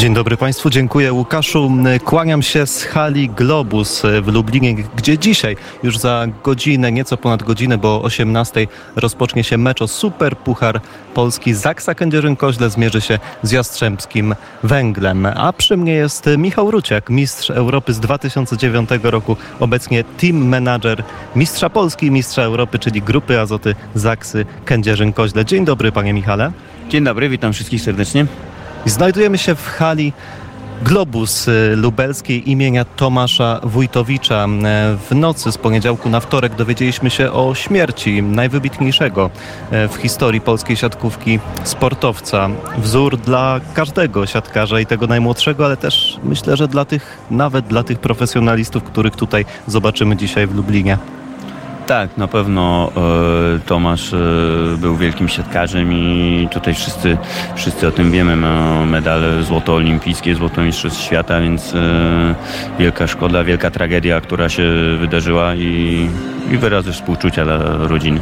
Dzień dobry Państwu, dziękuję Łukaszu. Kłaniam się z hali Globus w Lublinie, gdzie dzisiaj już za godzinę, nieco ponad godzinę, bo o 18:00 rozpocznie się mecz o Super Puchar Polski. Zaksa Kędzierzyn-Koźle zmierzy się z Jastrzębskim Węglem. A przy mnie jest Michał Ruciak, mistrz Europy z 2009 roku, obecnie team manager mistrza Polski i mistrza Europy, czyli Grupy Azoty Zaksy Kędzierzyn-Koźle. Dzień dobry panie Michale. Dzień dobry, witam wszystkich serdecznie. Znajdujemy się w hali Globus lubelskiej imienia Tomasza Wójtowicza. W nocy z poniedziałku na wtorek dowiedzieliśmy się o śmierci najwybitniejszego w historii polskiej siatkówki sportowca. Wzór dla każdego siatkarza i tego najmłodszego, ale też myślę, że nawet dla tych profesjonalistów, których tutaj zobaczymy dzisiaj w Lublinie. Tak, na pewno Tomasz był wielkim siatkarzem i tutaj wszyscy o tym wiemy. Ma medale złoto olimpijskie, złoto mistrzostw świata, więc wielka szkoda, wielka tragedia, która się wydarzyła i wyrazy współczucia dla rodziny.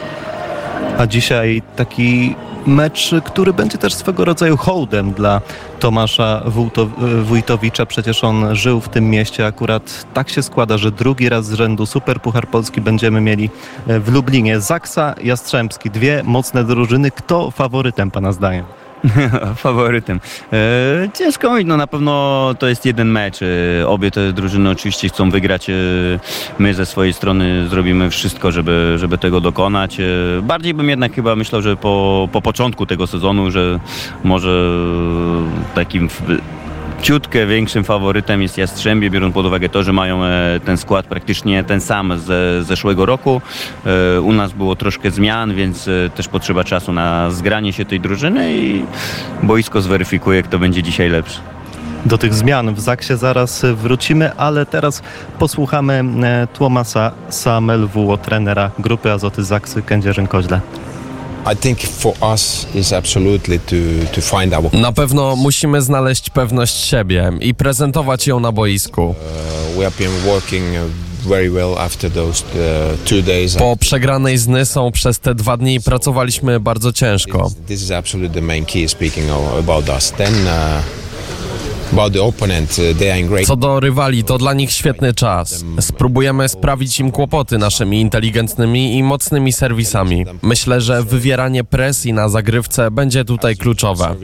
A dzisiaj taki mecz, który będzie też swego rodzaju hołdem dla Tomasza Wójtowicza. Przecież on żył w tym mieście. Akurat tak się składa, że drugi raz z rzędu Super Puchar Polski będziemy mieli w Lublinie. Zaksa, Jastrzębski, dwie mocne drużyny. Kto faworytem pana zdaniem? Faworytem. Ciężko mówić, no na pewno to jest jeden mecz. Obie te drużyny oczywiście chcą wygrać. My ze swojej strony zrobimy wszystko, żeby tego dokonać. Bardziej bym jednak chyba myślał, że po początku tego sezonu, że może takim ciutkę większym faworytem jest Jastrzębie, biorąc pod uwagę to, że mają ten skład praktycznie ten sam z zeszłego roku. U nas było troszkę zmian, więc też potrzeba czasu na zgranie się tej drużyny i boisko zweryfikuje, kto będzie dzisiaj lepszy. Do tych zmian w Zaksie zaraz wrócimy, ale teraz posłuchamy Tłomasa Samelvuo, trenera Grupy Azoty Zaksy Kędzierzyn-Koźle. Na pewno musimy znaleźć pewność siebie i prezentować ją na boisku. Po przegranej z Nysą przez te 2 dni pracowaliśmy bardzo ciężko. Co do rywali, to dla nich świetny czas. Spróbujemy sprawić im kłopoty naszymi inteligentnymi i mocnymi serwisami. Myślę, że wywieranie presji na zagrywce będzie tutaj kluczowe.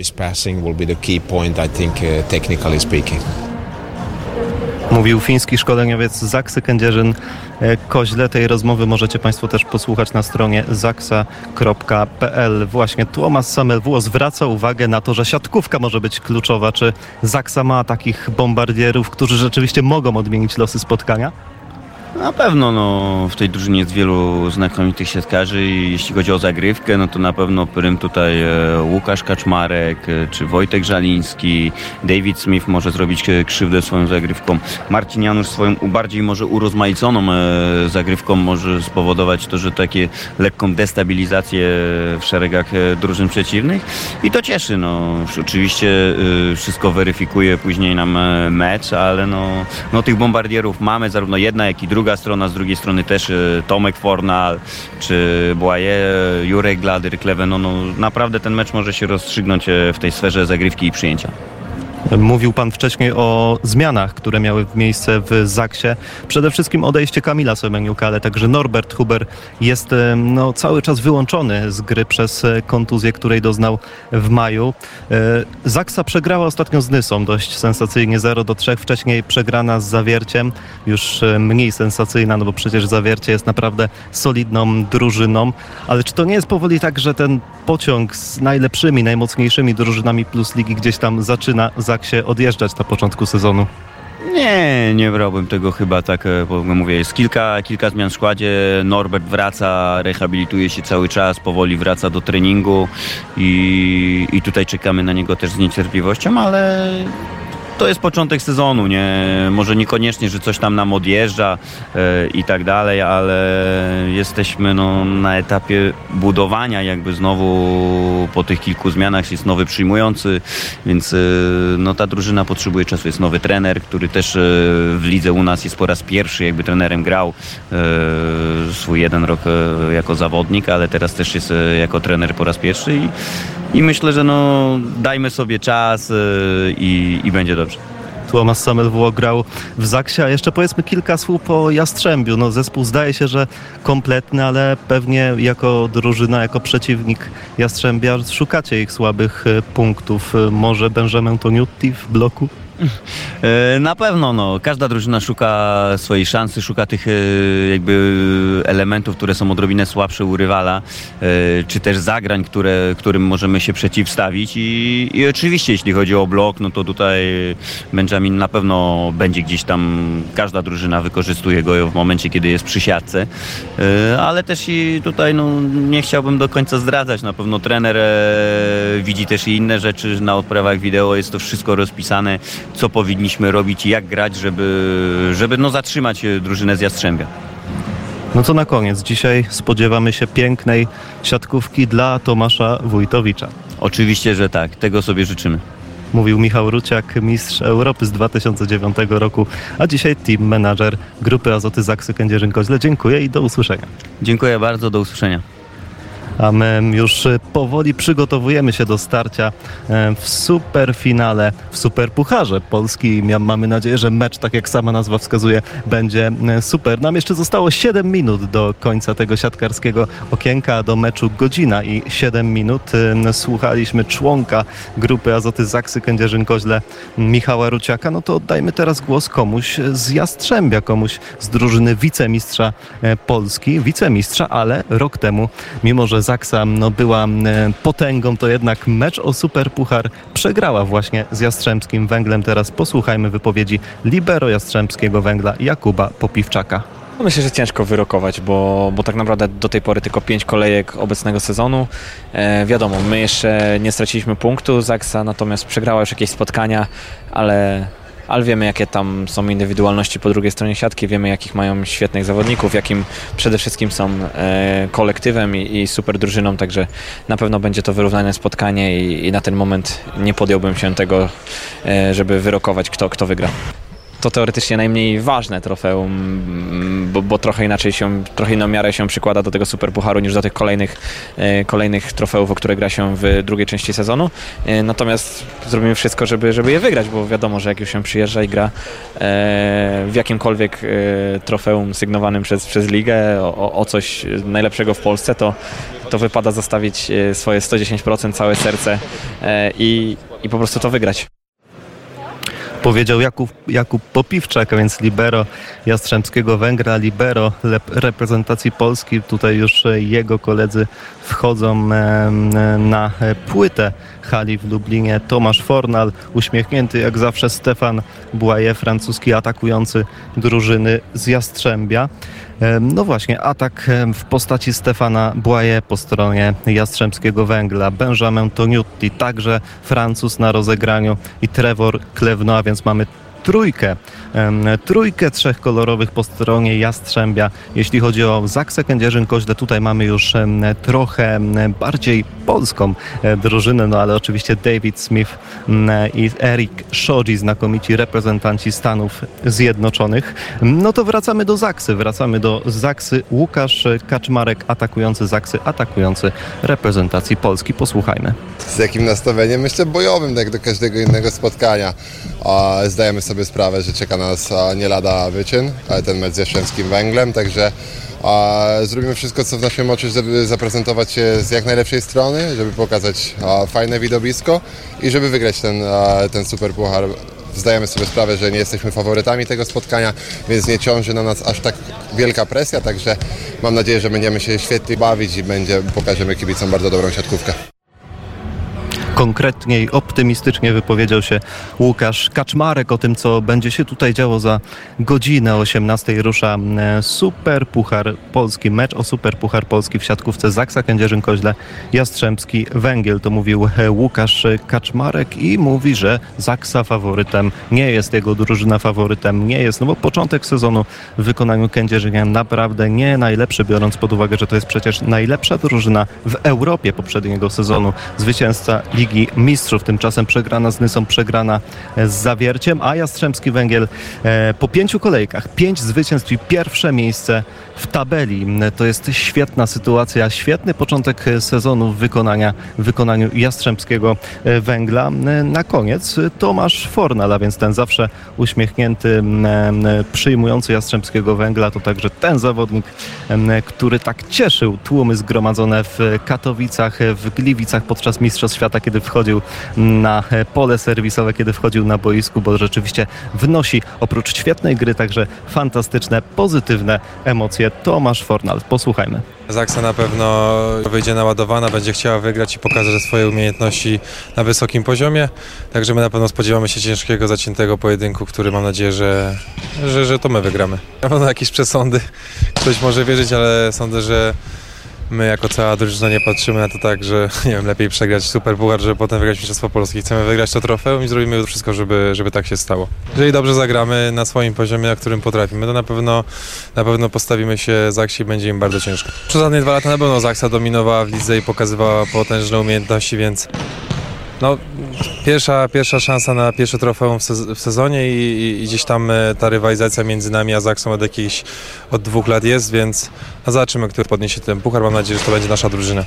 Mówił fiński szkoleniowiec Zaksy Kędzierzyn-Koźle. Tej rozmowy możecie Państwo też posłuchać na stronie zaksa.pl. Właśnie Tłomas Samelvuo zwraca uwagę na to, że siatkówka może być kluczowa. Czy Zaksa ma takich bombardierów, którzy rzeczywiście mogą odmienić losy spotkania? Na pewno, w tej drużynie jest wielu znakomitych siatkarzy i jeśli chodzi o zagrywkę, no to na pewno prym tutaj Łukasz Kaczmarek, czy Wojtek Żaliński, David Smith może zrobić krzywdę swoją zagrywką. Marcin Janusz swoją bardziej może urozmaiconą zagrywką może spowodować to, że takie lekką destabilizację w szeregach drużyn przeciwnych i to cieszy. Oczywiście wszystko weryfikuje później nam mecz, ale tych bombardierów mamy, zarówno jedna, jak i druga strona, z drugiej strony też Tomek Fornal, czy Błaje, Jurek Gladyr, Kleven. Naprawdę ten mecz może się rozstrzygnąć w tej sferze zagrywki i przyjęcia. Mówił pan wcześniej o zmianach, które miały miejsce w Zaksie. Przede wszystkim odejście Kamila Semeniuka, ale także Norbert Huber jest cały czas wyłączony z gry przez kontuzję, której doznał w maju. Zaksa przegrała ostatnio z Nysą dość sensacyjnie 0-3. Wcześniej przegrana z Zawierciem, już mniej sensacyjna, bo przecież Zawiercie jest naprawdę solidną drużyną. Ale czy to nie jest powoli tak, że ten pociąg z najlepszymi, najmocniejszymi drużynami plus ligi gdzieś tam zaczyna Zaksie odjeżdżać na początku sezonu? Nie brałbym tego chyba tak, bo mówię, jest kilka zmian w składzie. Norbert wraca, rehabilituje się cały czas, powoli wraca do treningu i tutaj czekamy na niego też z niecierpliwością, ale to jest początek sezonu, może niekoniecznie, że coś tam nam odjeżdża i tak dalej, ale jesteśmy na etapie budowania jakby znowu po tych kilku zmianach, jest nowy przyjmujący, więc ta drużyna potrzebuje czasu. Jest nowy trener, który też w lidze u nas jest po raz pierwszy, jakby trenerem grał swój 1 rok jako zawodnik, ale teraz też jest jako trener po raz pierwszy I myślę, że dajmy sobie czas i będzie dobrze. Tomasz Sammelwło grał w Zaksie, a jeszcze powiedzmy kilka słów o Jastrzębiu. No, zespół zdaje się, że kompletny, ale pewnie jako drużyna, jako przeciwnik Jastrzębia szukacie ich słabych punktów. Może Benjamin Toniutti w bloku? Na pewno, każda drużyna szuka swojej szansy, szuka tych jakby elementów, które są odrobinę słabsze u rywala, czy też zagrań, którym możemy się przeciwstawić i oczywiście jeśli chodzi o blok, to tutaj Benjamin na pewno będzie gdzieś tam, każda drużyna wykorzystuje go w momencie, kiedy jest przy siatce, ale też i tutaj nie chciałbym do końca zdradzać, na pewno trener widzi też i inne rzeczy na odprawach wideo, jest to wszystko rozpisane, co powinniśmy robić i jak grać, żeby zatrzymać drużynę z Jastrzębia. No to na koniec. Dzisiaj spodziewamy się pięknej siatkówki dla Tomasza Wójtowicza. Oczywiście, że tak. Tego sobie życzymy. Mówił Michał Ruciak, mistrz Europy z 2009 roku, a dzisiaj team manager Grupy Azoty Zaksy Kędzierzyn-Koźle. Dziękuję i do usłyszenia. Dziękuję bardzo, do usłyszenia. A my już powoli przygotowujemy się do starcia w superfinale, w Superpucharze Polski. Mamy nadzieję, że mecz, tak jak sama nazwa wskazuje, będzie super. Nam jeszcze zostało 7 minut do końca tego siatkarskiego okienka, do meczu godzina i 7 minut. Słuchaliśmy członka Grupy Azoty Zaksy Kędzierzyn-Koźle, Michała Ruciaka. No to oddajmy teraz głos komuś z Jastrzębia, komuś z drużyny wicemistrza Polski. Wicemistrza, ale rok temu, mimo że Zaksa była potęgą, to jednak mecz o Superpuchar przegrała właśnie z Jastrzębskim Węglem. Teraz posłuchajmy wypowiedzi libero Jastrzębskiego Węgla Jakuba Popiwczaka. Myślę, że ciężko wyrokować, bo tak naprawdę do tej pory tylko 5 kolejek obecnego sezonu. Wiadomo, my jeszcze nie straciliśmy punktu, Zaksa natomiast przegrała już jakieś spotkania, ale wiemy, jakie tam są indywidualności po drugiej stronie siatki, wiemy, jakich mają świetnych zawodników, jakim przede wszystkim są kolektywem i super drużyną, także na pewno będzie to wyrównane spotkanie i na ten moment nie podjąłbym się tego, żeby wyrokować, kto wygra. To teoretycznie najmniej ważne trofeum, bo trochę inną miarę się przykłada do tego Superpucharu niż do tych kolejnych trofeów, o które gra się w drugiej części sezonu. Natomiast zrobimy wszystko, żeby je wygrać, bo wiadomo, że jak już się przyjeżdża i gra w jakimkolwiek trofeum sygnowanym przez ligę o coś najlepszego w Polsce, to wypada zostawić swoje 110%, całe serce i po prostu to wygrać. Powiedział Jakub Popiwczak, a więc libero Jastrzębskiego Węgla, libero reprezentacji Polski. Tutaj już jego koledzy wchodzą na płytę hali w Lublinie. Tomasz Fornal, uśmiechnięty jak zawsze Stefan Błaje, francuski atakujący drużyny z Jastrzębia. No właśnie, atak w postaci Stefana Błaje po stronie Jastrzębskiego Węgla. Benjamin Toniutti, także Francuz na rozegraniu i Trevor Klewno, a więc mamy trójkę trzech kolorowych po stronie Jastrzębia. Jeśli chodzi o Zaksę Kędzierzyn-Koźle, tutaj mamy już trochę bardziej polską drużynę, no ale oczywiście David Smith i Eric Shoji, znakomici reprezentanci Stanów Zjednoczonych. No to wracamy do Zaksy. Łukasz Kaczmarek, atakujący Zaksy, atakujący reprezentacji Polski. Posłuchajmy. Z jakim nastawieniem? Myślę bojowym, jak do każdego innego spotkania. Zdajemy sobie sprawę, że czeka nas nie lada wyczyn, ten mecz z Jastrzębskim Węglem, także zrobimy wszystko, co w naszej mocy, żeby zaprezentować się z jak najlepszej strony, żeby pokazać fajne widowisko i żeby wygrać ten Superpuchar. Zdajemy sobie sprawę, że nie jesteśmy faworytami tego spotkania, więc nie ciąży na nas aż tak wielka presja, także mam nadzieję, że będziemy się świetnie bawić i pokażemy kibicom bardzo dobrą siatkówkę. Konkretniej, optymistycznie wypowiedział się Łukasz Kaczmarek o tym, co będzie się tutaj działo za godzinę. O 18:00 rusza Superpuchar Polski, mecz o Superpuchar Polski w siatkówce Zaksa Kędzierzyn-Koźle, Jastrzębski Węgiel. To mówił Łukasz Kaczmarek i mówi, że Zaksa faworytem nie jest, jego drużyna faworytem nie jest, no bo początek sezonu w wykonaniu Kędzierzynian naprawdę nie najlepszy, biorąc pod uwagę, że to jest przecież najlepsza drużyna w Europie poprzedniego sezonu, zwycięzca Ligi Ligi Mistrzów. Tymczasem przegrana z Nysą, przegrana z Zawierciem, a Jastrzębski Węgiel po 5 kolejkach, 5 zwycięstw i pierwsze miejsce w tabeli. To jest świetna sytuacja, świetny początek sezonu w wykonaniu Jastrzębskiego Węgla. Na koniec Tomasz Fornal, a więc ten zawsze uśmiechnięty, przyjmujący Jastrzębskiego Węgla, to także ten zawodnik, który tak cieszył tłumy zgromadzone w Katowicach, w Gliwicach podczas Mistrzostw Świata, kiedy wchodził na pole serwisowe, kiedy wchodził na boisku, bo rzeczywiście wnosi oprócz świetnej gry także fantastyczne, pozytywne emocje. Tomasz Fornal, posłuchajmy. Zaksa na pewno wyjdzie naładowana, będzie chciała wygrać i pokaże swoje umiejętności na wysokim poziomie. Także my na pewno spodziewamy się ciężkiego, zaciętego pojedynku, który mam nadzieję, że to my wygramy. Na pewno jakieś przesądy, ktoś może wierzyć, ale sądzę, że my jako cała drużyna nie patrzymy na to tak, że nie wiem, lepiej przegrać Superpuchar, żeby potem wygrać Mistrzostwo Polskie. Chcemy wygrać to trofeum i zrobimy wszystko, żeby tak się stało. Jeżeli dobrze zagramy na swoim poziomie, na którym potrafimy, to na pewno postawimy się Zaksie i będzie im bardzo ciężko. Przez ostatnie 2 lata na pewno Zaksa dominowała w lidze i pokazywała potężne umiejętności, więc no, pierwsza szansa na pierwsze trofeum w sezonie i gdzieś tam ta rywalizacja między nami a Zaksą od 2 lat jest, więc zobaczymy, kto podniesie ten puchar. Mam nadzieję, że to będzie nasza drużyna.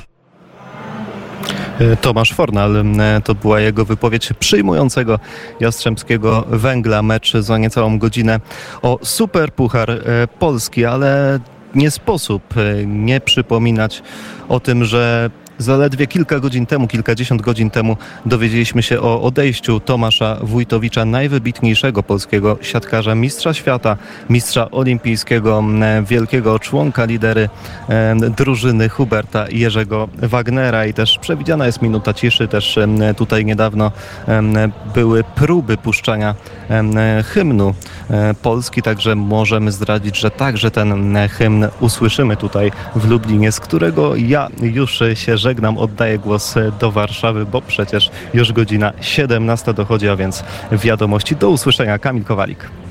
Tomasz Fornal, to była jego wypowiedź przyjmującego Jastrzębskiego Węgla. Mecz za niecałą godzinę o Superpuchar Polski, ale nie sposób nie przypominać o tym, że zaledwie kilkadziesiąt godzin temu dowiedzieliśmy się o odejściu Tomasza Wójtowicza, najwybitniejszego polskiego siatkarza, mistrza świata, mistrza olimpijskiego, wielkiego członka, lidery drużyny Huberta Jerzego Wagnera i też przewidziana jest minuta ciszy. Też tutaj niedawno były próby puszczania hymnu Polski, także możemy zdradzić, że także ten hymn usłyszymy tutaj w Lublinie, z którego ja już się żegnam, oddaję głos do Warszawy, bo przecież już godzina 17 dochodzi, a więc wiadomości. Do usłyszenia. Kamil Kowalik.